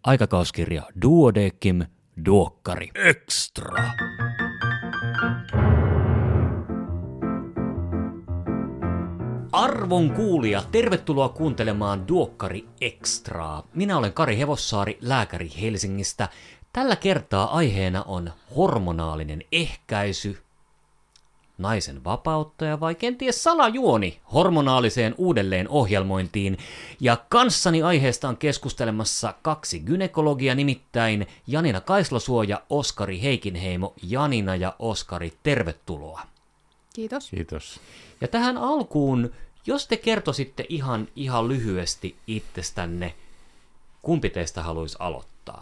aikakauskirja Duodecim Duokkari Extra. Arvon kuulija, tervetuloa kuuntelemaan Duokkari Extraa. Minä olen Kari Hevossaari, lääkäri Helsingistä. Tällä kertaa aiheena on hormonaalinen ehkäisy, naisen vapauttaja vai kenties salajuoni hormonaaliseen uudelleenohjelmointiin. Ja kanssani aiheesta on keskustelemassa kaksi gynekologia, nimittäin Janina Kaislasuo ja Oskari Heikinheimo. Janina ja Oskari, tervetuloa. Kiitos. Kiitos. Ja tähän alkuun, jos te kertoisitte ihan lyhyesti itsestänne, kumpi teistä haluaisi aloittaa?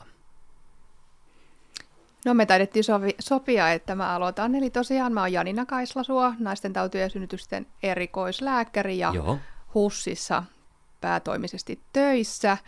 No me taidettiin sopia, että mä aloitan. Eli tosiaan mä oon Janina Kaislasuo, naisten tautien ja synnytysten erikoislääkäri ja Joo. HUSissa päätoimisesti töissä.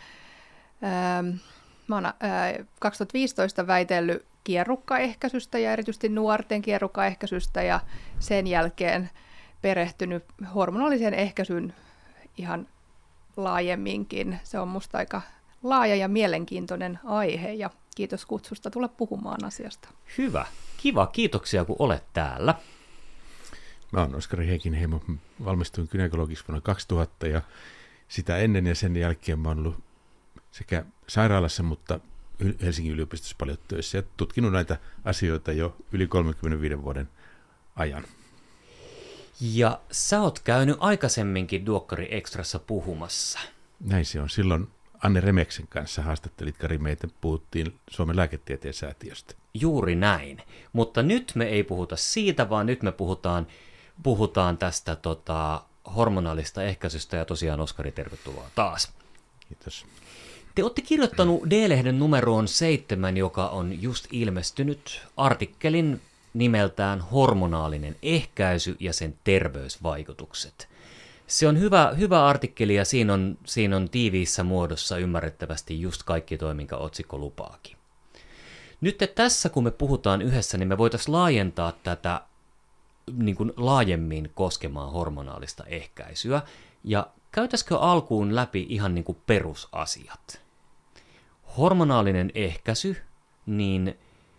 Mä oon 2015 väitellyt kierrukkaehkäisystä ja erityisesti nuorten kierrukkaehkäisystä ja sen jälkeen perehtynyt hormonaaliseen ehkäisyyn ihan laajemminkin. Se on musta aika laaja ja mielenkiintoinen aihe ja kiitos kutsusta tulla puhumaan asiasta. Hyvä. Kiva. Kiitoksia, kun olet täällä. Mä oon Oskari Heikinheimo. Valmistuin gynekologiksi vuonna 2000 ja sitä ennen ja sen jälkeen mä oon ollut sekä sairaalassa, mutta Helsingin yliopistossa paljon töissä ja tutkinut näitä asioita jo yli 35 vuoden ajan. Ja sä oot käynyt aikaisemminkin Duokkari Extrassa puhumassa. Näin se on. Silloin Anne Remeksen kanssa haastattelit, Kari, meitä, puhuttiin Suomen lääketieteen säätiöstä. Juuri näin. Mutta nyt me ei puhuta siitä, vaan nyt me puhutaan tästä hormonaalista ehkäisystä ja tosiaan Oskari, tervetuloa taas. Kiitos. Te olette kirjoittanut D-lehden numeroon 7, joka on just ilmestynyt, artikkelin nimeltään Hormonaalinen ehkäisy ja sen terveysvaikutukset. Se on hyvä artikkeli ja siinä on tiiviissä muodossa ymmärrettävästi just kaikki toi, minkä otsikko lupaakin. Nyt tässä, kun me puhutaan yhdessä, niin me voitaisiin laajentaa tätä niin kuin laajemmin koskemaan hormonaalista ehkäisyä. Ja käytäisikö alkuun läpi ihan niin kuin perusasiat? Hormonaalinen ehkäisy, niin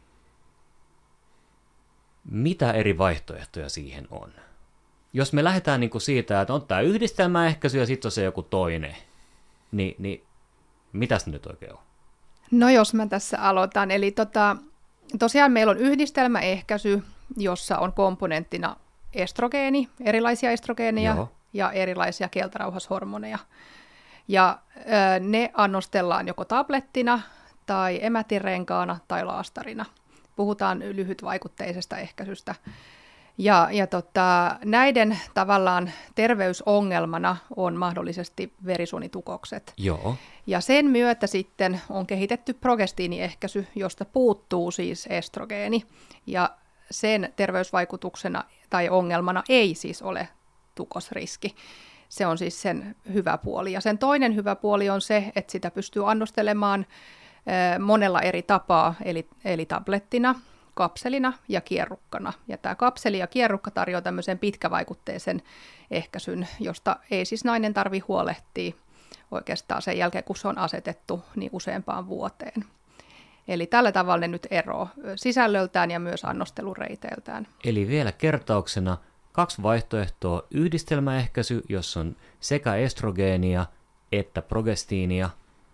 mitä eri vaihtoehtoja siihen on? Jos me lähdetään niin kuin siitä, että on tämä yhdistelmäehkäisy ja sitten on se joku toinen, niin mitäs nyt oikein on? No jos mä tässä aloitan, eli tosiaan meillä on yhdistelmäehkäisy, jossa on komponenttina estrogeeni, erilaisia estrogeeneja. Joo. Ja erilaisia keltarauhashormoneja. Ja ne annostellaan joko tablettina tai emätinrenkaana tai laastarina. Puhutaan lyhytvaikutteisesta ehkäisystä. Ja näiden tavallaan terveysongelmana on mahdollisesti verisuonitukokset. Joo. Ja sen myötä sitten on kehitetty progestiiniehkäisy, josta puuttuu siis estrogeeni. Ja sen terveysvaikutuksena tai ongelmana ei siis ole tukosriski. Se on siis sen hyvä puoli. Ja sen toinen hyvä puoli on se, että sitä pystyy annostelemaan monella eri tapaa, eli tablettina, kapselina ja kierrukkana. Ja tämä kapseli ja kierrukka tarjoaa tämmöisen pitkävaikutteisen ehkäisyn, josta ei siis nainen tarvitse huolehtia oikeastaan sen jälkeen, kun se on asetettu niin useampaan vuoteen. Eli tällä tavalla ne nyt eroaa sisällöltään ja myös annostelureiteiltään. Eli vielä kertauksena 2 vaihtoehtoa: yhdistelmäehkäisy, jossa on sekä estrogeenia että progestiinia,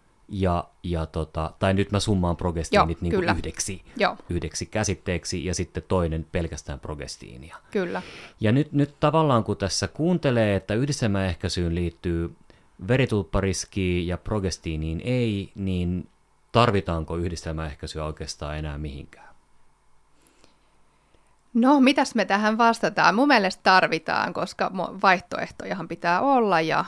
tai nyt mä summaan progestiinit niin kuin yhdeksi käsitteeksi, ja sitten toinen pelkästään progestiinia. Kyllä. Ja nyt tavallaan kun tässä kuuntelee, että yhdistelmäehkäisyyn liittyy veritulppariskiin ja progestiiniin ei, niin tarvitaanko yhdistelmäehkäisyä oikeastaan enää mihinkään? No, mitäs me tähän vastataan? Mun mielestä tarvitaan, koska vaihtoehtojahan pitää olla ja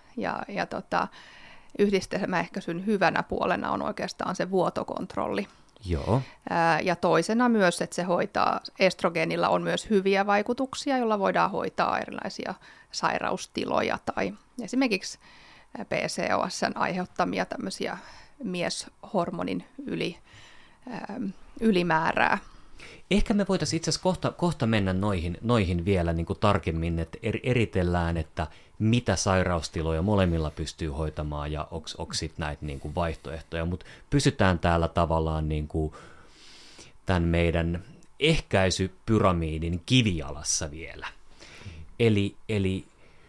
yhdistelmäehkäisyn hyvänä puolena on oikeastaan se vuotokontrolli. Joo. Ja toisena myös, että se hoitaa, estrogeenilla on myös hyviä vaikutuksia, joilla voidaan hoitaa erilaisia sairaustiloja tai esimerkiksi PCOS:n aiheuttamia tämmöisiä mieshormonin ylimäärää. Ehkä me voitaisiin itse asiassa kohta mennä noihin vielä niin kuin tarkemmin, että eritellään, että mitä sairaustiloja molemmilla pystyy hoitamaan ja onko sitten näitä niin kuin vaihtoehtoja, mutta pysytään täällä tavallaan niin kuin tämän meidän ehkäisypyramiidin kivijalassa vielä. Eli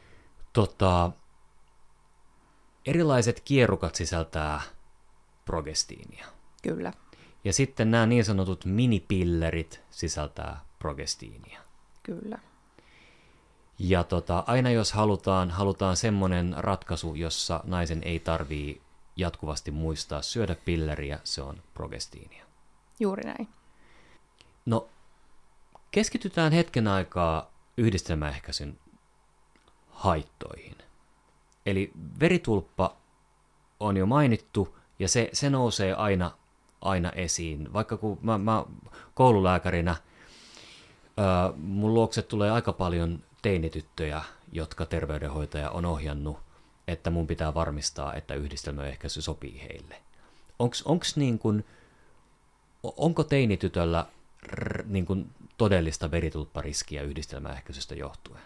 erilaiset kierukat sisältää progestiinia. Kyllä. Ja sitten nämä niin sanotut minipillerit sisältää progestiinia. Kyllä. Ja aina jos halutaan semmoinen ratkaisu, jossa naisen ei tarvitse jatkuvasti muistaa syödä pilleriä, se on progestiinia. Juuri näin. No, keskitytään hetken aikaa yhdistelmäehkäisyn haittoihin. Eli veritulppa on jo mainittu, ja se nousee aina esiin. Vaikka kun mä koululääkärinä, mun luokse tulee aika paljon teinityttöjä, jotka terveydenhoitaja on ohjannut, että mun pitää varmistaa, että yhdistelmäehkäisy sopii heille. Onko teinitytöllä niin kuin todellista veritulppariskiä yhdistelmäehkäisystä johtuen?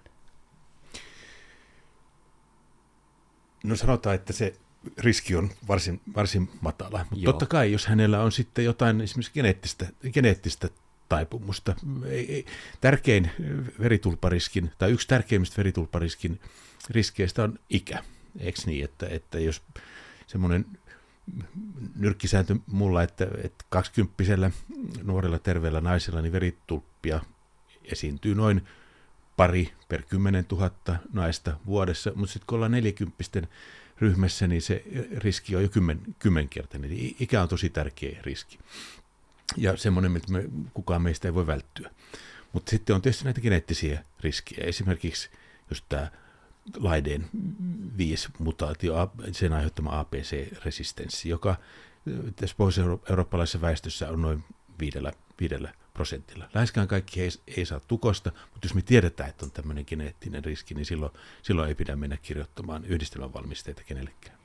No sanotaan, että se riski on varsin matala, mutta totta kai, jos hänellä on sitten jotain esimerkiksi geneettistä taipumusta, tärkein veritulpariskin, tai yksi tärkeimmistä veritulpariskin riskeistä on ikä. Eikö niin, että jos semmoinen nyrkkisääntö mulla, että 20-vuotiaalla nuorella terveellä naisella niin veritulppia esiintyy noin 2 per 10 000 naista vuodessa, mutta sitten kun ollaan 40 ryhmässä, niin se riski on jo 10-kertainen. Eli ikä on tosi tärkeä riski. Ja semmoinen, mitä kukaan meistä ei voi välttyä. Mutta sitten on tietysti näitä geneettisiä riskejä. Esimerkiksi jos tämä Laideen 5 mutaatio, sen aiheuttama APC-resistenssi, joka tässä pohjois-eurooppalaisessa väestössä on noin 5%. Läheskään kaikki ei saa tukosta, mutta jos me tiedetään, että on tämmöinen geneettinen riski, niin silloin ei pidä mennä kirjoittamaan yhdistelmävalmisteita kenellekään.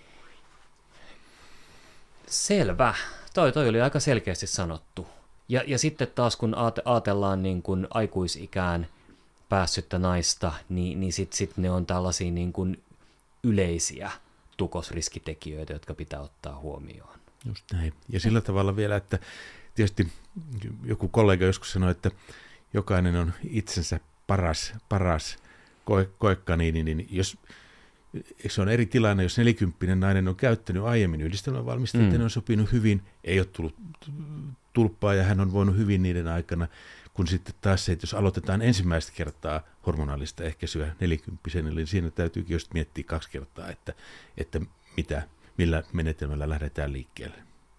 Selvä. Toi oli aika selkeästi sanottu. Ja sitten taas kun ajatellaan niin kuin aikuisikään päässyttä naista, niin sit ne on tällaisia niin kuin yleisiä tukosriskitekijöitä, jotka pitää ottaa huomioon. Just näin. Ja sillä tavalla vielä, että tietysti joku kollega joskus sanoi, että jokainen on itsensä paras koekaniini, niin jos se on eri tilanne, jos 40 nainen on käyttänyt aiemmin yhdistelmävalmisteita, ne on sopinut hyvin, ei ole tullut tulppaa ja hän on voinut hyvin niiden aikana, kun sitten taas se, että jos aloitetaan ensimmäistä kertaa hormonaalista ehkäisyä 40, niin siinä täytyykin just miettiä 2 kertaa, että millä menetelmällä lähdetään liikkeelle.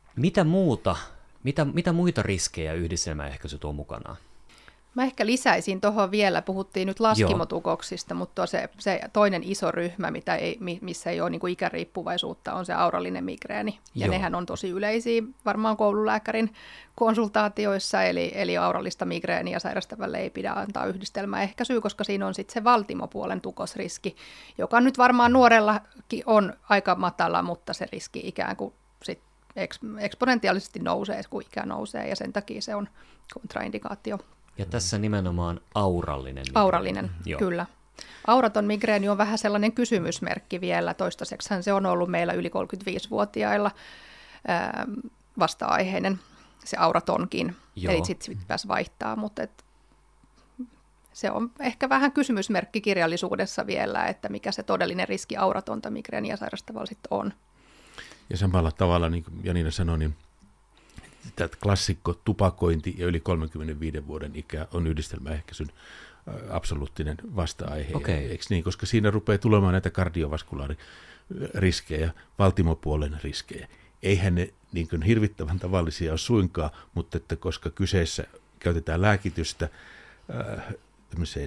Mitä muita riskejä yhdistelmäehkäisy tuo mukanaan? Mä ehkä lisäisin tuohon vielä, puhuttiin nyt laskimotukoksista, mutta se toinen iso ryhmä, missä ei ole niin kuin ikäriippuvaisuutta, on se aurallinen migreeni. Ja nehän on tosi yleisiä varmaan koululääkärin konsultaatioissa, eli aurallista migreeniä sairastavalle ei pidä antaa yhdistelmäehkäisyä, koska siinä on sitten se valtimopuolen tukosriski, joka nyt varmaan nuorellakin on aika matala, mutta se riski ikään kuin sitten eksponentiaalisesti nousee, kun ikä nousee, ja sen takia se on kontraindikaatio. Ja tässä nimenomaan aurallinen migreeni. Aurallinen, kyllä. Auraton migreeni on vähän sellainen kysymysmerkki vielä. Toistaiseksihan se on ollut meillä yli 35-vuotiailla vasta-aiheinen, se auratonkin. Joo. Eli sitten pitäisi vaihtaa, mutta se on ehkä vähän kysymysmerkki kirjallisuudessa vielä, että mikä se todellinen riski auratonta migreeniä sairastavalla sitten on. Ja samalla tavalla, niin kuin Janina sanoi, niin tämä klassikko tupakointi ja yli 35 vuoden ikä on yhdistelmäehkäisyn absoluuttinen vasta-aihe. Okay. Eikö niin? Koska siinä rupeaa tulemaan näitä kardiovaskulaririskejä, valtimopuolen riskejä. Eihän ne niin kuin hirvittävän tavallisia ole suinkaan, mutta että koska kyseessä käytetään lääkitystä tämmöiseen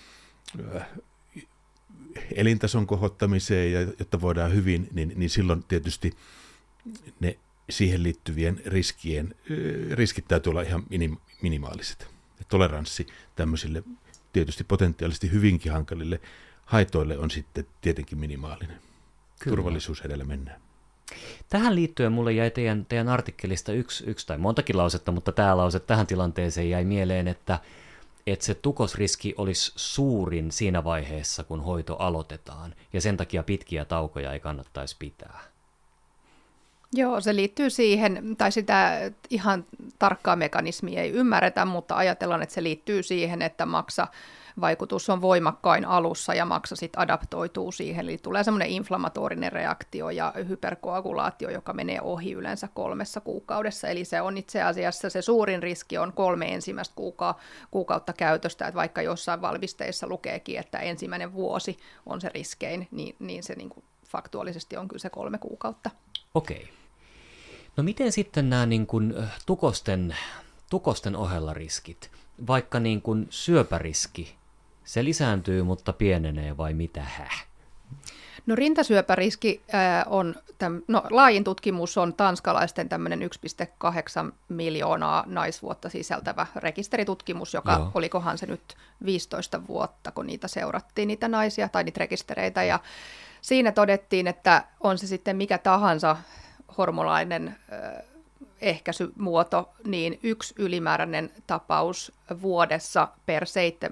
elintason kohottamiseen, ja jotta voidaan hyvin, niin silloin tietysti ne siihen liittyvien riskit täytyy olla ihan minimaaliset. Ja toleranssi tämmöisille tietysti potentiaalisesti hyvinkin hankalille haitoille on sitten tietenkin minimaalinen. Kyllä. Turvallisuus edellä mennään. Tähän liittyen mulle jäi teidän artikkelista yksi tai montakin lausetta, mutta tämä lause tähän tilanteeseen jäi mieleen, että se tukosriski olisi suurin siinä vaiheessa, kun hoito aloitetaan, ja sen takia pitkiä taukoja ei kannattaisi pitää. Joo, se liittyy siihen, tai sitä ihan tarkkaa mekanismia ei ymmärretä, mutta ajatellaan, että se liittyy siihen, että maksavaikutus on voimakkain alussa ja maksa sitten adaptoituu siihen. Eli tulee semmoinen inflammatorinen reaktio ja hyperkoagulaatio, joka menee ohi yleensä 3 kuukaudessa. Eli se on itse asiassa se suurin riski on 3 ensimmäistä kuukautta käytöstä, että vaikka jossain valmisteissa lukeekin, että ensimmäinen vuosi on se riskein, niin se niin kuin faktuaalisesti on kyllä se 3 kuukautta. Okei. No miten sitten nämä niin kuin tukosten ohella riskit, vaikka niin kuin syöpäriski, se lisääntyy, mutta pienenee vai mitä? No rintasyöpäriski on, laajin tutkimus on tanskalaisten tämmöinen 1,8 miljoonaa naisvuotta sisältävä rekisteritutkimus, joka olikohan se nyt 15 vuotta, kun niitä seurattiin, niitä naisia tai niitä rekistereitä, ja siinä todettiin, että on se sitten mikä tahansa hormonaalinen ehkäisymuoto, niin 1 ylimääräinen tapaus vuodessa per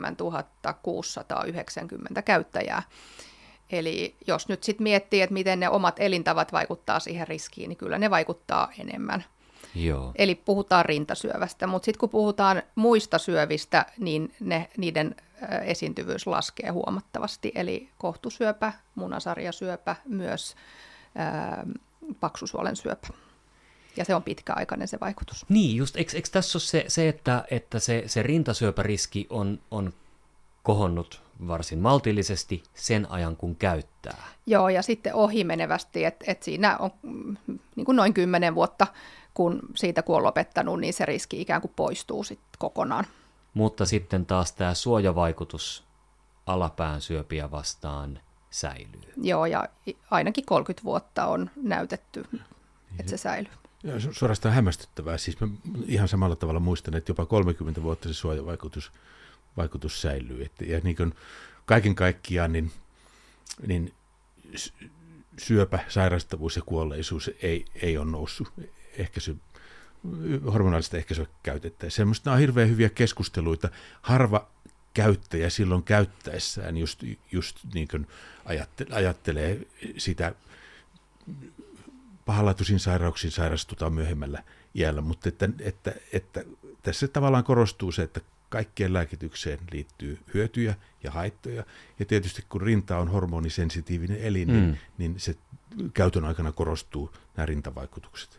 7690 käyttäjää. Eli jos nyt sitten miettii, että miten ne omat elintavat vaikuttaa siihen riskiin, niin kyllä ne vaikuttaa enemmän. Joo. Eli puhutaan rintasyövästä, mutta sitten kun puhutaan muista syövistä, niin niiden esiintyvyys laskee huomattavasti. Eli kohtusyöpä, munasarjasyöpä, myös paksusuolen syöpä. Ja se on pitkäaikainen se vaikutus. Niin, just, eikö tässä ole se että se rintasyöpäriski on kohonnut varsin maltillisesti sen ajan, kun käyttää? Joo, ja sitten ohimenevästi, että siinä on niin kuin noin 10 vuotta, kun on lopettanut, niin se riski ikään kuin poistuu sitten kokonaan. Mutta sitten taas tämä suojavaikutus alapään syöpiä vastaan säilyy. Joo, ja ainakin 30 vuotta on näytetty, että se säilyy. Ja suorastaan hämmästyttävää. Siis mä ihan samalla tavalla muistan, että jopa 30 vuotta se suojavaikutus säilyy. Ja niin kuin kaiken kaikkiaan niin syöpä, sairastavuus ja kuolleisuus ei ole noussut hormonaalista ehkäisyä käytettäessä. Semmoista nämä on hirveän hyviä keskusteluita. Harva käyttäjä silloin käyttäessään just niin kuin ajattelee sitä, pahanlaatuisiin sairauksiin sairastutaan myöhemmällä iällä, mutta että tässä tavallaan korostuu se, että kaikkeen lääkitykseen liittyy hyötyjä ja haittoja, ja tietysti kun rinta on hormonisensitiivinen elin, niin se käytön aikana korostuu nämä rintavaikutukset.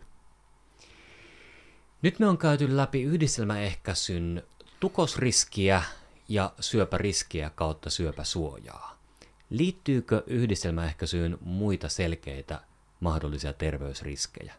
Nyt me on käyty läpi yhdistelmäehkäisyn tukosriskiä ja syöpäriskiä kautta syöpäsuojaa. Liittyykö yhdistelmäehkäisyyn muita selkeitä mahdollisia terveysriskejä?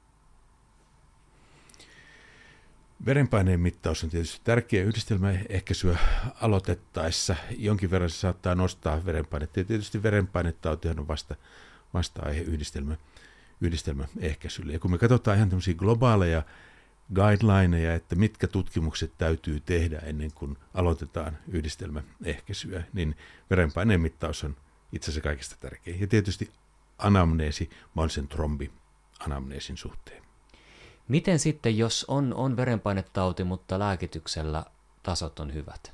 Verenpaineen mittaus on tietysti tärkeä yhdistelmäehkäisyä aloitettaessa. Jonkin verran se saattaa nostaa verenpainetta. Ja tietysti verenpainetautihan on vasta-aihe yhdistelmäehkäisylle. Ja kun me katsotaan ihan tämmöisiä globaaleja guidelineja, että mitkä tutkimukset täytyy tehdä ennen kuin aloitetaan yhdistelmäehkäisyä, niin verenpaineen mittaus on itse asiassa kaikista tärkein. Ja tietysti anamneesi mahdollisen trombianamneesin suhteen. Miten sitten, jos on verenpainetauti, mutta lääkityksellä tasot on hyvät?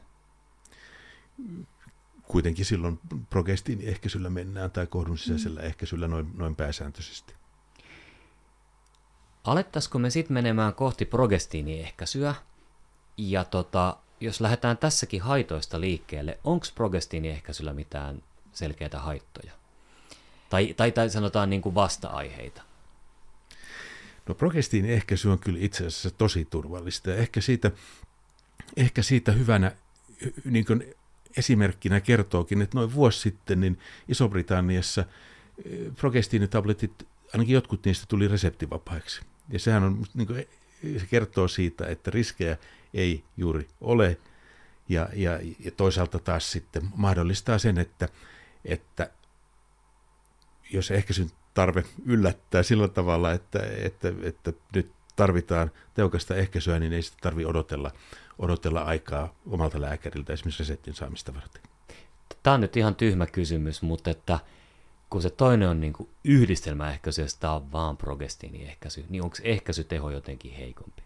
Kuitenkin silloin progestiiniehkäisyllä mennään tai kohdun sisäisellä ehkäisyllä noin pääsääntöisesti. Alettaisiko me sitten menemään kohti progestiiniehkäisyä? Ja jos lähdetään tässäkin haitoista liikkeelle, onko progestiiniehkäisyllä mitään selkeitä haittoja? Tai sanotaan niin kuin vasta-aiheita? No progestiiniehkäisy on kyllä itse asiassa tosi turvallista, ja ehkä siitä hyvänä niin kuin esimerkkinä kertookin, että noin vuosi sitten niin Iso-Britanniassa progestiinitabletit, ainakin jotkut niistä tuli reseptivapaiksi. Ja sehän on, niin kuin, se kertoo siitä, että riskejä ei juuri ole, ja toisaalta taas sitten mahdollistaa sen, että jos ehkäisyn tarve yllättää sillä tavalla, että nyt tarvitaan tehokasta ehkäisyä, niin ei sitä tarvitse odotella aikaa omalta lääkäriltä esimerkiksi reseptin saamista varten. Tämä on nyt ihan tyhmä kysymys, mutta että kun se toinen on niin kuin yhdistelmäehkäisy ja sitä on vaan progestiiniehkäisy, niin onko ehkäisyteho jotenkin heikompi?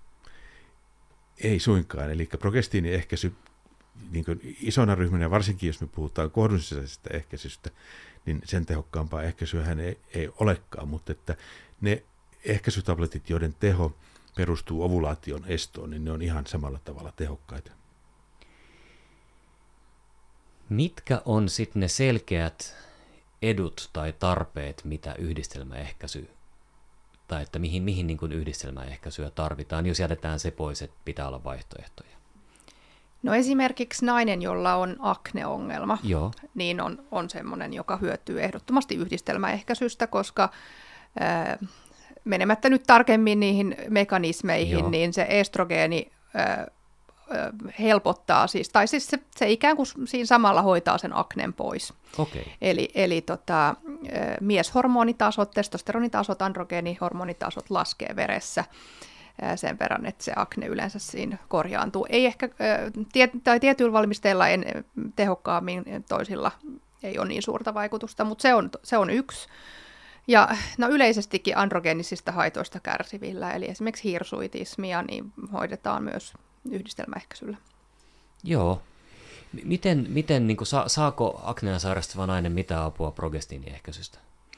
Ei suinkaan, eli progestiiniehkäisy niin kuin isona ryhmänä, varsinkin jos me puhutaan kohdunsisäisestä ehkäisystä, niin sen tehokkaampaa ehkäisyähän ei olekaan, mutta että ne ehkäisytabletit, joiden teho perustuu ovulaation estoon, niin ne on ihan samalla tavalla tehokkaita. Mitkä on sitten ne selkeät edut tai tarpeet, mitä yhdistelmäehkäisy, tai että mihin niin kuin yhdistelmäehkäisyä tarvitaan, jos jätetään se pois, että pitää olla vaihtoehtoja? No esimerkiksi nainen, jolla on akneongelma, Joo. niin on semmoinen, joka hyötyy ehdottomasti yhdistelmäehkäisystä, koska menemättä nyt tarkemmin niihin mekanismeihin, Joo. niin se estrogeeni helpottaa, tai siis se ikään kuin siinä samalla hoitaa sen aknen pois. Okay. Eli mieshormonitasot, testosteronitasot, androgeenihormonitasot laskee veressä sen verran, että se akne yleensä siinä korjaantuu. Ei ehkä, tai tietyillä valmisteilla tehokkaammin, toisilla ei ole niin suurta vaikutusta, mutta se on yksi. Ja no yleisestikin androgeenisista haitoista kärsivillä, eli esimerkiksi hirsuitismia, niin hoidetaan myös yhdistelmäehkäisyllä. Joo. Miten niin kuin, saako aknea sairastava nainen mitään apua progestiiniehkäisystä?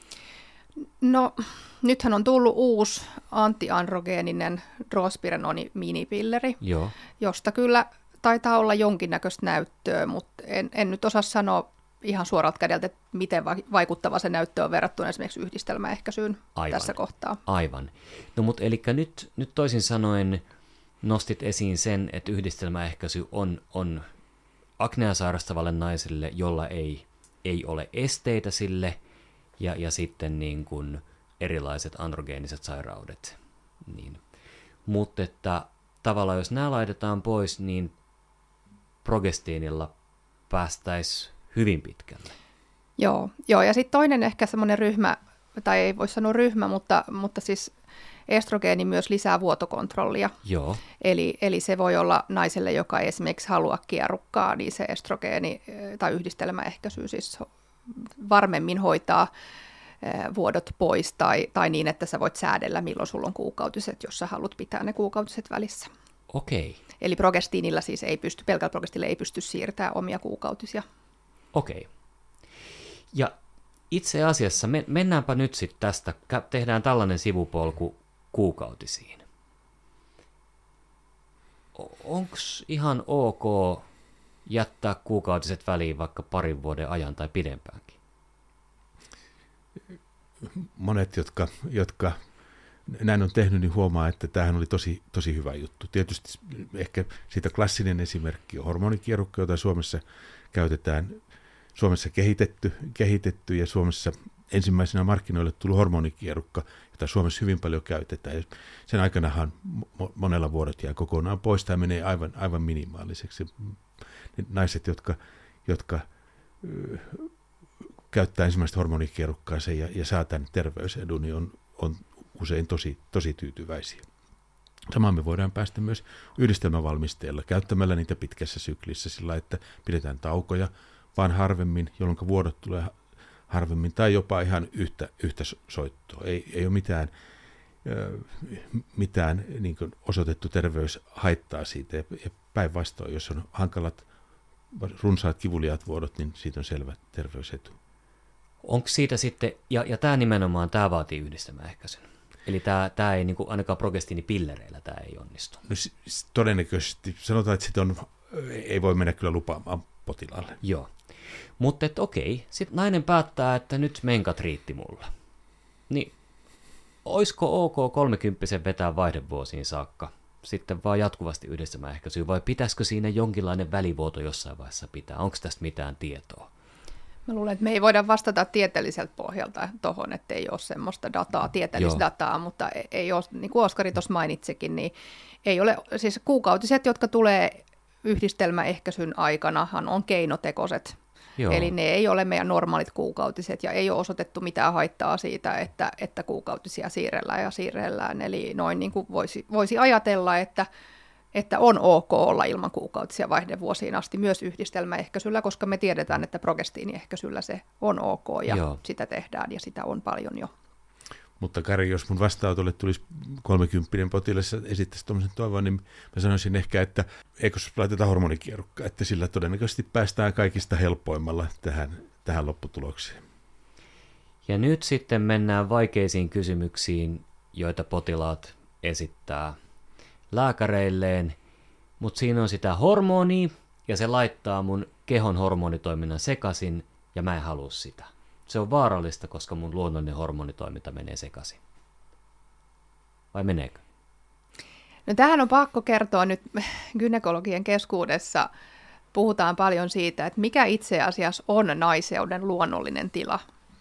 No, nythän on tullut uusi antiandrogeeninen drospirenoni minipilleri, Joo. josta kyllä taitaa olla jonkinnäköistä näyttöä, mutta en nyt osaa sanoa ihan suoralta kädeltä, että miten vaikuttava se näyttö on verrattuna esimerkiksi yhdistelmäehkäisyyn tässä kohtaa. Aivan. No mutta eli nyt toisin sanoen nostit esiin sen, että yhdistelmäehkäisy on aknea sairastavalle naiselle, jolla ei ole esteitä sille, ja sitten niin kuin erilaiset androgeeniset sairaudet. Niin. Mutta että tavallaan jos nämä laitetaan pois, niin progestiinilla päästäisiin hyvin pitkälle. Joo, ja sitten toinen ehkä semmoinen ryhmä, tai ei voi sanoa ryhmä, mutta siis estrogeeni myös lisää vuotokontrollia. Joo. Eli se voi olla naiselle, joka ei esimerkiksi halua kierrukkaa, niin se estrogeeni tai yhdistelmäehkäisy siis varmemmin hoitaa vuodot pois tai niin, että sä voit säädellä, milloin sulla on kuukautiset, jos sä haluat pitää ne kuukautiset välissä. Okei. Eli progestiinilla siis pelkällä progestiinilla ei pysty siirtämään omia kuukautisia. Okei. Ja itse asiassa mennäänpä nyt sitten tästä, tehdään tällainen sivupolku kuukautisiin. Onko ihan ok jättää kuukautiset väliin vaikka parin vuoden ajan tai pidempäänkin? Monet, jotka näin on tehnyt, niin huomaa, että tämähän oli tosi hyvä juttu. Tietysti ehkä siitä klassinen esimerkki on hormonikierukka, jota Suomessa käytetään, Suomessa kehitetty ja Suomessa ensimmäisenä markkinoille tullut hormonikierukka, jota Suomessa hyvin paljon käytetään. Sen aikanahan monella vuodet jää kokonaan pois. Tämä menee aivan minimaaliseksi. Ne naiset, jotka käyttää ensimmäistä hormonikierukkaansa ja saa tämän terveysedun, niin on usein tosi tyytyväisiä. Samaan me voidaan päästä myös yhdistelmävalmisteella käyttämällä niitä pitkässä syklissä sillä, että pidetään taukoja vaan harvemmin, jolloin vuodot tulee harvemmin tai jopa ihan yhtä soittoa. Ei ole mitään niin kuin osoitettu terveyshaittaa siitä. Ja päinvastoin, jos on hankalat, runsaat kivuliaat vuodot, niin siitä on selvä terveysetu. Onko siitä sitten, ja tämä nimenomaan, tämä vaatii yhdistelmäehkäisyn. Eli tämä ei niin kuin, ainakaan progestiinipillereillä tämä ei onnistu. No, todennäköisesti sanotaan, että sitä ei voi mennä kyllä lupaamaan potilaalle. Joo, mutta okei, sitten nainen päättää, että nyt menkat riitti mulla. Niin olisiko ok 30 vetää vaihdevuosiin saakka, sitten vaan jatkuvasti yhdistelmäehkäisyä, vai pitäisikö siinä jonkinlainen välivuoto jossain vaiheessa pitää? Onko tästä mitään tietoa? Mä luulen, että me ei voida vastata tieteelliseltä pohjalta tuohon, että ei ole semmoista dataa, tieteellistä dataa, mutta ei ole, niin kuin Oskari tuossa mainitsikin, niin ei ole, siis kuukautiset, jotka tulee yhdistelmäehkäisyn aikanahan on keinotekoiset. Joo. Eli ne ei ole meidän normaalit kuukautiset ja ei ole osoitettu mitään haittaa siitä, että kuukautisia siirrellään. Eli noin niin kuin voisi ajatella, että että on ok olla ilman kuukautisia vaihdevuosiin asti myös yhdistelmäehkäisyllä, koska me tiedetään, että progestiiniehkäisyllä se on ok ja Joo. sitä tehdään ja sitä on paljon jo. Mutta Kari, jos mun vastaanotolle tulisi 30 potilas ja esittäisi tuommoisen toivon, niin mä sanoisin ehkä, että eikö laiteta hormonikierukkaa, että sillä todennäköisesti päästään kaikista helpoimmalla tähän lopputulokseen. Ja nyt sitten mennään vaikeisiin kysymyksiin, joita potilaat esittää lääkäreilleen, mutta siinä on sitä hormonia, ja se laittaa mun kehon hormonitoiminnan sekaisin, ja mä en halua sitä. Se on vaarallista, koska mun luonnollinen hormonitoiminta menee sekaisin. Vai meneekö? No tähän on pakko kertoa nyt gynekologien keskuudessa. Puhutaan paljon siitä, että mikä itse asiassa on naiseuden luonnollinen tila.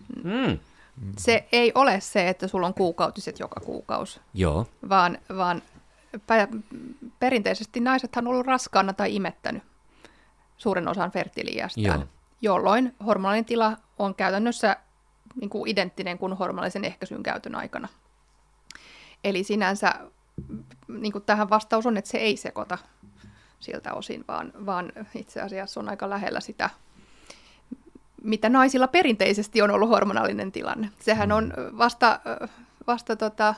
Se ei ole se, että sulla on kuukautiset joka kuukausi, Joo. vaan perinteisesti naisethan on ollut raskaana tai imettänyt suuren osan fertiliiästään, jolloin hormonaalinen tila on käytännössä niin kuin identtinen kuin hormonaalisen ehkäisyn käytön aikana. Eli sinänsä niin kuin tähän vastaus on, että se ei sekoita siltä osin, vaan itse asiassa on aika lähellä sitä, mitä naisilla perinteisesti on ollut hormonaalinen tilanne. Sehän on vasta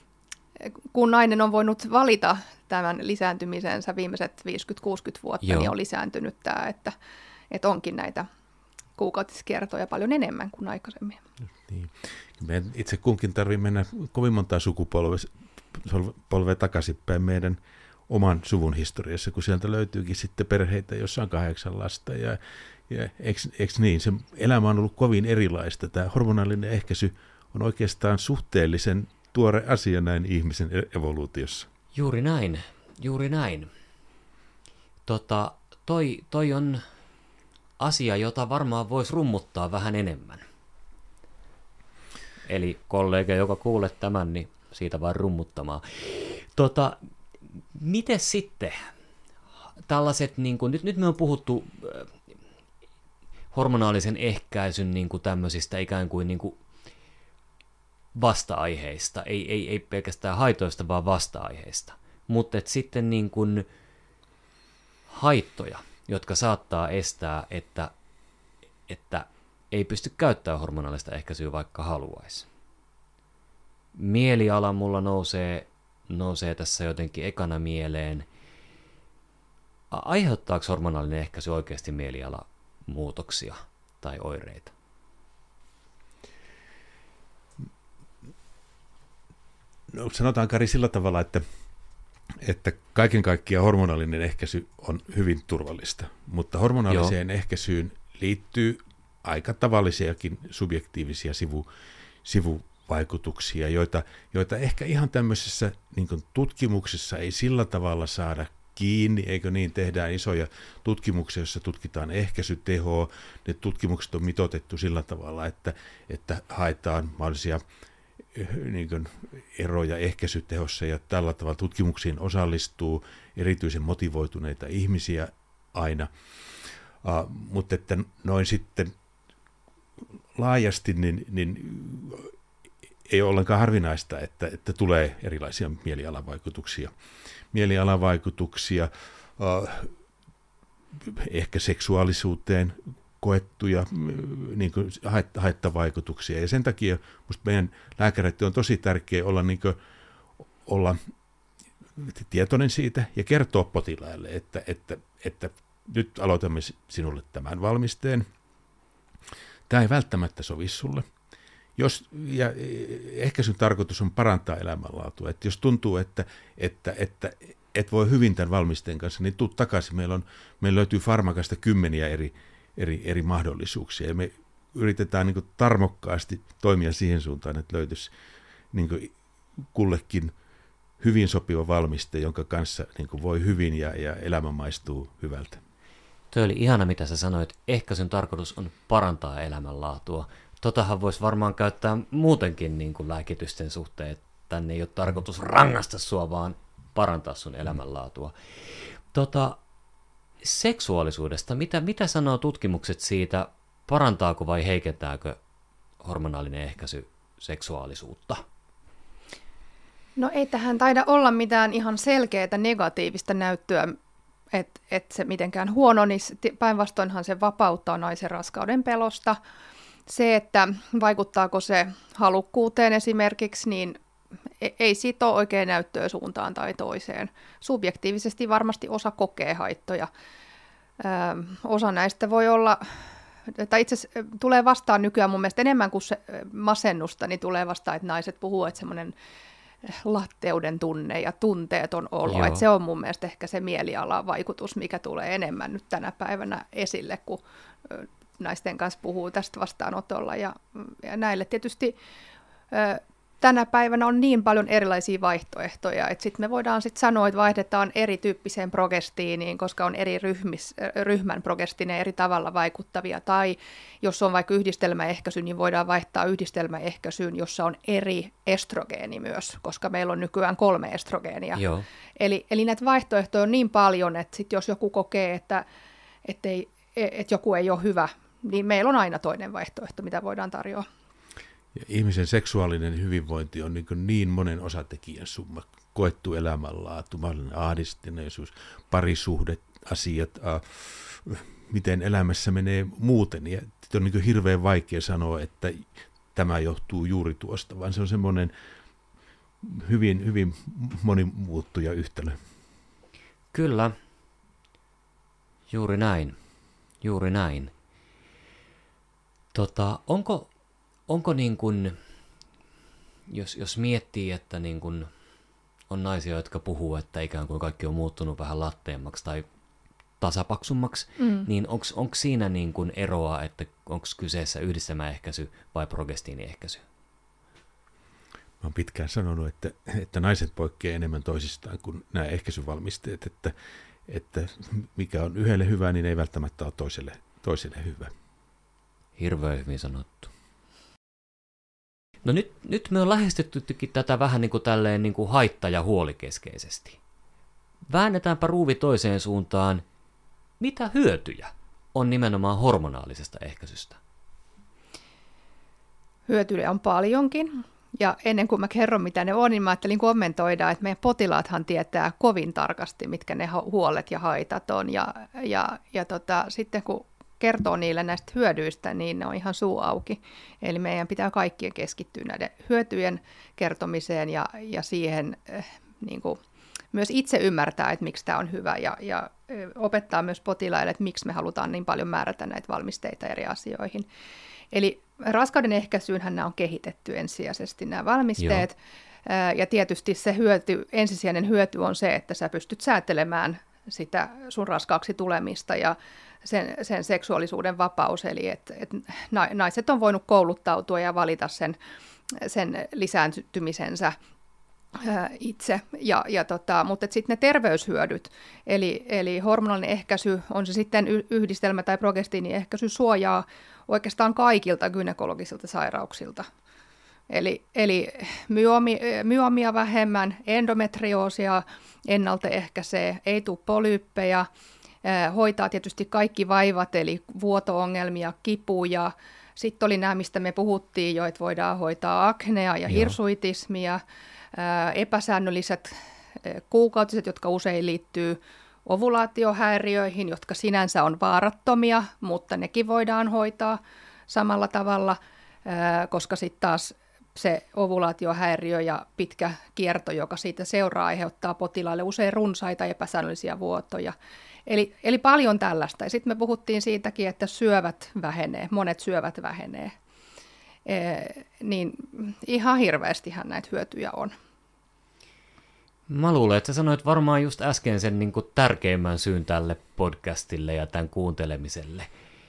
kun nainen on voinut valita tämän lisääntymisensä viimeiset 50-60 vuotta, niin on lisääntynyt tämä, että onkin näitä kuukautiskiertoja paljon enemmän kuin aikaisemmin. Niin. Meidän itse kunkin tarvitsee mennä kovin montaa sukupolvea takaisinpäin meidän oman suvun historiassa, kun sieltä löytyykin sitten perheitä, jossa on 8 lasta. Ja eikö niin? Se elämä on ollut kovin erilaista. Tämä hormonaalinen ehkäisy on oikeastaan suhteellisen tuore asia näin ihmisen evoluutiossa. Juuri näin, juuri näin. Toi on asia, jota varmaan voisi rummuttaa vähän enemmän. Eli kollega, joka kuulet tämän, niin siitä vaan rummuttamaan. Miten sitten tällaiset, niin kuin, nyt me on puhuttu hormonaalisen ehkäisyn niin kuin tämmöisistä ikään kuin, vasta-aiheista, ei pelkästään haitoista, vaan vasta-aiheista. Mutta sitten niin kuin haittoja, jotka saattaa estää, että ei pysty käyttämään hormonaalista ehkäisyä, vaikka haluaisi. Mieliala mulla nousee tässä jotenkin ekana mieleen. Aiheuttaako hormonaalinen ehkäisy oikeasti mielialamuutoksia tai oireita? No, sanotaan, Kari, sillä tavalla, että kaiken kaikkiaan hormonaalinen ehkäisy on hyvin turvallista, mutta hormonaaliseen ehkäisyyn liittyy aika tavallisiakin subjektiivisia sivuvaikutuksia, joita ehkä ihan tämmöisessä niin kuin tutkimuksessa ei sillä tavalla saada kiinni, eikö niin, tehdään isoja tutkimuksia, joissa tutkitaan ehkäisytehoa. Ne tutkimukset on mitoitettu sillä tavalla, että haetaan mahdollisia niin kuin eroja ehkäisytehossa, ja tällä tavalla tutkimuksiin osallistuu erityisen motivoituneita ihmisiä aina. Mutta että noin sitten laajasti niin ei ole ollenkaan harvinaista, että tulee erilaisia mielialavaikutuksia, ehkä seksuaalisuuteen koettuja niin kuin haittavaikutuksia. Ja sen takia musta meidän lääkäreiden on tosi tärkeää olla tietoinen siitä ja kertoa potilaille, että nyt aloitamme sinulle tämän valmisteen. Tämä ei välttämättä sovi sulle. Ja ehkäisyn tarkoitus on parantaa elämänlaatua. Että jos tuntuu, että et voi hyvin tämän valmisteen kanssa, niin tuu takaisin. Meillä löytyy farmakasta 10 eri mahdollisuuksia. Ja me yritetään niin kuin tarmokkaasti toimia siihen suuntaan, että löytyisi niin kuin kullekin hyvin sopiva valmiste, jonka kanssa niin kuin voi hyvin ja elämä maistuu hyvältä. Tuo oli ihana, mitä sä sanoit. Ehkäisyn tarkoitus on parantaa elämänlaatua. Totahan voisi varmaan käyttää muutenkin niin kuin lääkitysten suhteen, että tänne ei ole tarkoitus rangaista sua, vaan parantaa sun elämänlaatua. Seksuaalisuudesta, mitä sanoo tutkimukset siitä, parantaako vai heikentääkö hormonaalinen ehkäisy seksuaalisuutta? No ei tähän taida olla mitään ihan selkeää negatiivista näyttöä, että se mitenkään huono, niin päinvastoinhan se vapauttaa naisen raskauden pelosta. Se, että vaikuttaako se halukkuuteen esimerkiksi, niin ei siitä ole oikein näyttöä suuntaan tai toiseen. Subjektiivisesti varmasti osa kokee haittoja. Osa näistä voi olla, tai itse asiassa tulee vastaan nykyään mun mielestä enemmän kuin se masennusta, niin tulee vastaan, että naiset puhuu, että semmoinen latteuden tunne ja tunteeton olo. Että se on mun mielestä ehkä se mielialavaikutus, mikä tulee enemmän nyt tänä päivänä esille, kun naisten kanssa puhuu tästä vastaanotolla. Ja näille tietysti tänä päivänä on niin paljon erilaisia vaihtoehtoja, että sitten me voidaan sanoa, että vaihdetaan erityyppiseen progestiiniin, koska on eri ryhmän progestiineja eri tavalla vaikuttavia. Tai jos on vaikka yhdistelmäehkäisy, niin voidaan vaihtaa yhdistelmäehkäisyyn, jossa on eri estrogeeni myös, koska meillä on nykyään 3 estrogeenia. Joo. Eli näitä vaihtoehtoja on niin paljon, että sit jos joku kokee, että joku ei ole hyvä, niin meillä on aina toinen vaihtoehto, mitä voidaan tarjoa. Ja ihmisen seksuaalinen hyvinvointi on niin monen osatekijän summa. Koettu elämänlaatu, mahdollinen ahdistuneisuus, parisuhde, asiat, miten elämässä menee muuten. Ja on niin hirveän vaikea sanoa, että tämä johtuu juuri tuosta, vaan se on semmoinen hyvin, hyvin monimuuttuja yhtälö. Kyllä, juuri näin. Juuri näin. Onko niin kuin, jos miettii, että niin kuin on naisia, jotka puhuu, että ikään kuin kaikki on muuttunut vähän latteemmaksi tai tasapaksummaksi, niin onko siinä niin kuin eroa, että onko kyseessä yhdistelmäehkäisy vai progestiiniehkäisy? Mä oon pitkään sanonut, että naiset poikkeaa enemmän toisistaan kuin nämä ehkäisyvalmisteet, että mikä on yhdelle hyvä, niin ei välttämättä ole toiselle hyvä. Hirveän hyvin sanottu. No nyt me on lähestyttykin tätä vähän niin kuin tälleen niin kuin haitta- ja huolikeskeisesti. Väännetäänpä ruuvi toiseen suuntaan. Mitä hyötyjä on nimenomaan hormonaalisesta ehkäisystä? Hyötyjä on paljonkin. Ja ennen kuin mä kerron, mitä ne on, niin mä ajattelin kommentoida, että meidän potilaathan tietää kovin tarkasti, mitkä ne huolet ja haitat on. Sitten kun kertoo niille näistä hyödyistä, niin ne on ihan suu auki. Eli meidän pitää kaikkien keskittyä näiden hyötyjen kertomiseen ja siihen niin kuin myös itse ymmärtää, että miksi tämä on hyvä ja opettaa myös potilaille, että miksi me halutaan niin paljon määrätä näitä valmisteita eri asioihin. Eli raskauden ehkäisyynhän nämä on kehitetty ensisijaisesti nämä valmisteet. Joo. Ja tietysti se ensisijainen hyöty on se, että sä pystyt säätelemään sitä sun raskaaksi tulemista ja sen seksuaalisuuden vapaus. Eli että naiset on voinut kouluttautua ja valita sen lisääntymisensä itse. Mutta sitten ne terveyshyödyt, eli hormonaalinen ehkäisy, on se sitten yhdistelmä tai progestiiniehkäisy, suojaa oikeastaan kaikilta gynekologisilta sairauksilta. Eli myomia vähemmän, endometrioosia ennaltaehkäisee, ei tule polyyppejä, hoitaa tietysti kaikki vaivat, eli vuoto-ongelmia, kipuja. Sitten oli nämä, mistä me puhuttiin jo, että voidaan hoitaa aknea ja hirsuitismia, epäsäännölliset kuukautiset, jotka usein liittyy ovulaatiohäiriöihin, jotka sinänsä on vaarattomia, mutta nekin voidaan hoitaa samalla tavalla, koska sitten taas se ovulaatiohäiriö ja pitkä kierto, joka siitä seuraa, aiheuttaa potilaalle usein runsaita epäsäännöllisiä vuotoja. Eli paljon tällaista. Ja sitten me puhuttiin siitäkin, että syövät vähenee, monet syövät vähenee. Niin ihan hirveästihän näitä hyötyjä on. Mä luulen, että sä sanoit varmaan just äsken sen niin kuin tärkeimmän syyn tälle podcastille ja tämän kuuntelemiselle.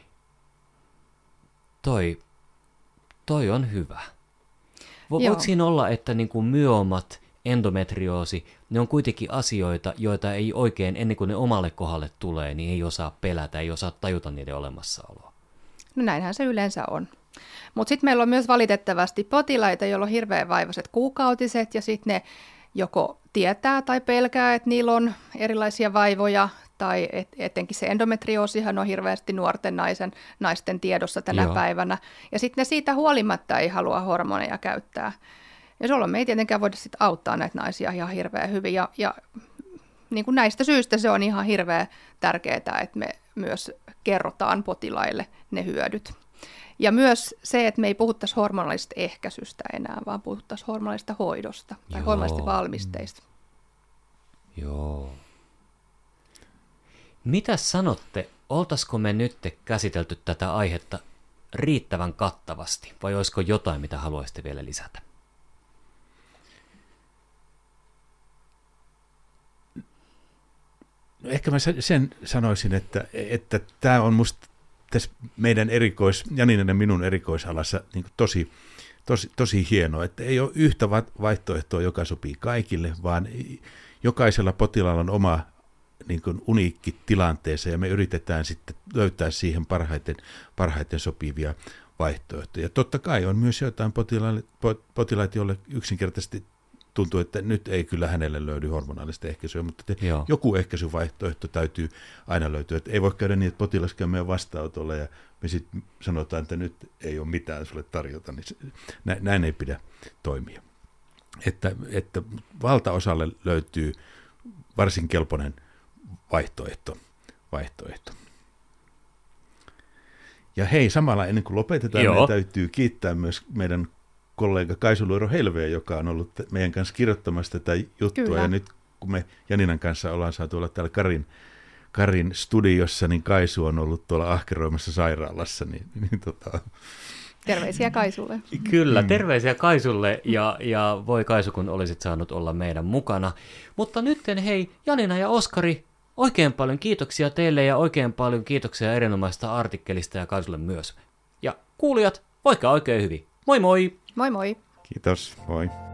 Toi on hyvä. Voiko siinä olla, että niin kuin myomat, endometrioosi, ne on kuitenkin asioita, joita ei oikein ennen kuin ne omalle kohdalle tulee, niin ei osaa pelätä, ei osaa tajuta niiden olemassaoloa? No näinhän se yleensä on. Mutta sitten meillä on myös valitettavasti potilaita, joilla on hirveän vaivaiset kuukautiset ja sitten ne joko tietää tai pelkää, että niillä on erilaisia vaivoja, tai etenkin se endometrioosihan on hirveästi nuorten naisten tiedossa tänä päivänä, ja sitten ne siitä huolimatta ei halua hormoneja käyttää. Ja jolloin me ei tietenkään voida sit auttaa näitä naisia ihan hirveän hyvin. Ja niin kuin näistä syistä se on ihan hirveän tärkeää, että me myös kerrotaan potilaille ne hyödyt. Ja myös se, että me ei puhuttaisi hormonaalisesta ehkäisystä enää, vaan puhuttaisiin hormonaalista hoidosta tai hormonaalista valmisteista. Joo. Mitä sanotte, oltaisiko me nyt käsitelty tätä aihetta riittävän kattavasti, vai olisiko jotain, mitä haluaisitte vielä lisätä? No ehkä mä sen sanoisin, että tämä on musta tässä meidän Janinen ja minun erikoisalassa niin kuin tosi hienoa, että ei ole yhtä vaihtoehtoa, joka sopii kaikille, vaan jokaisella potilaalla on oma niin kuin uniikki tilanteensa, ja me yritetään sitten löytää siihen parhaiten sopivia vaihtoehtoja. Totta kai on myös jotain potilaita, joille yksinkertaisesti tuntuu, että nyt ei kyllä hänelle löydy hormonaalista ehkäisyä, mutta joku ehkäisyvaihtoehto täytyy aina löytyä. Että ei voi käydä niin, että potilas käy meidän vastaanotolla ja me sitten sanotaan, että nyt ei ole mitään sulle tarjota, niin näin ei pidä toimia. Että valtaosalle löytyy varsin kelpoinen vaihtoehto. Ja hei, samalla ennen kuin lopetetaan, meidän täytyy kiittää myös meidän kollega Kaisu Luiro-Helveä, joka on ollut meidän kanssa kirjoittamassa tätä juttua. Kyllä. Ja nyt kun me Janinan kanssa ollaan saatu olla täällä Karin studiossa, niin Kaisu on ollut tuolla ahkeroimassa sairaalassa. Terveisiä Kaisulle. Kyllä, terveisiä Kaisulle ja voi Kaisu, kun olisit saanut olla meidän mukana. Mutta nytten hei, Janina ja Oskari, oikein paljon kiitoksia teille ja oikein paljon kiitoksia erinomaisesta artikkelista ja Kaisulle myös. Ja kuulijat, voikaa oikein hyvin. Moi moi! Moi moi! Kiitos, moi!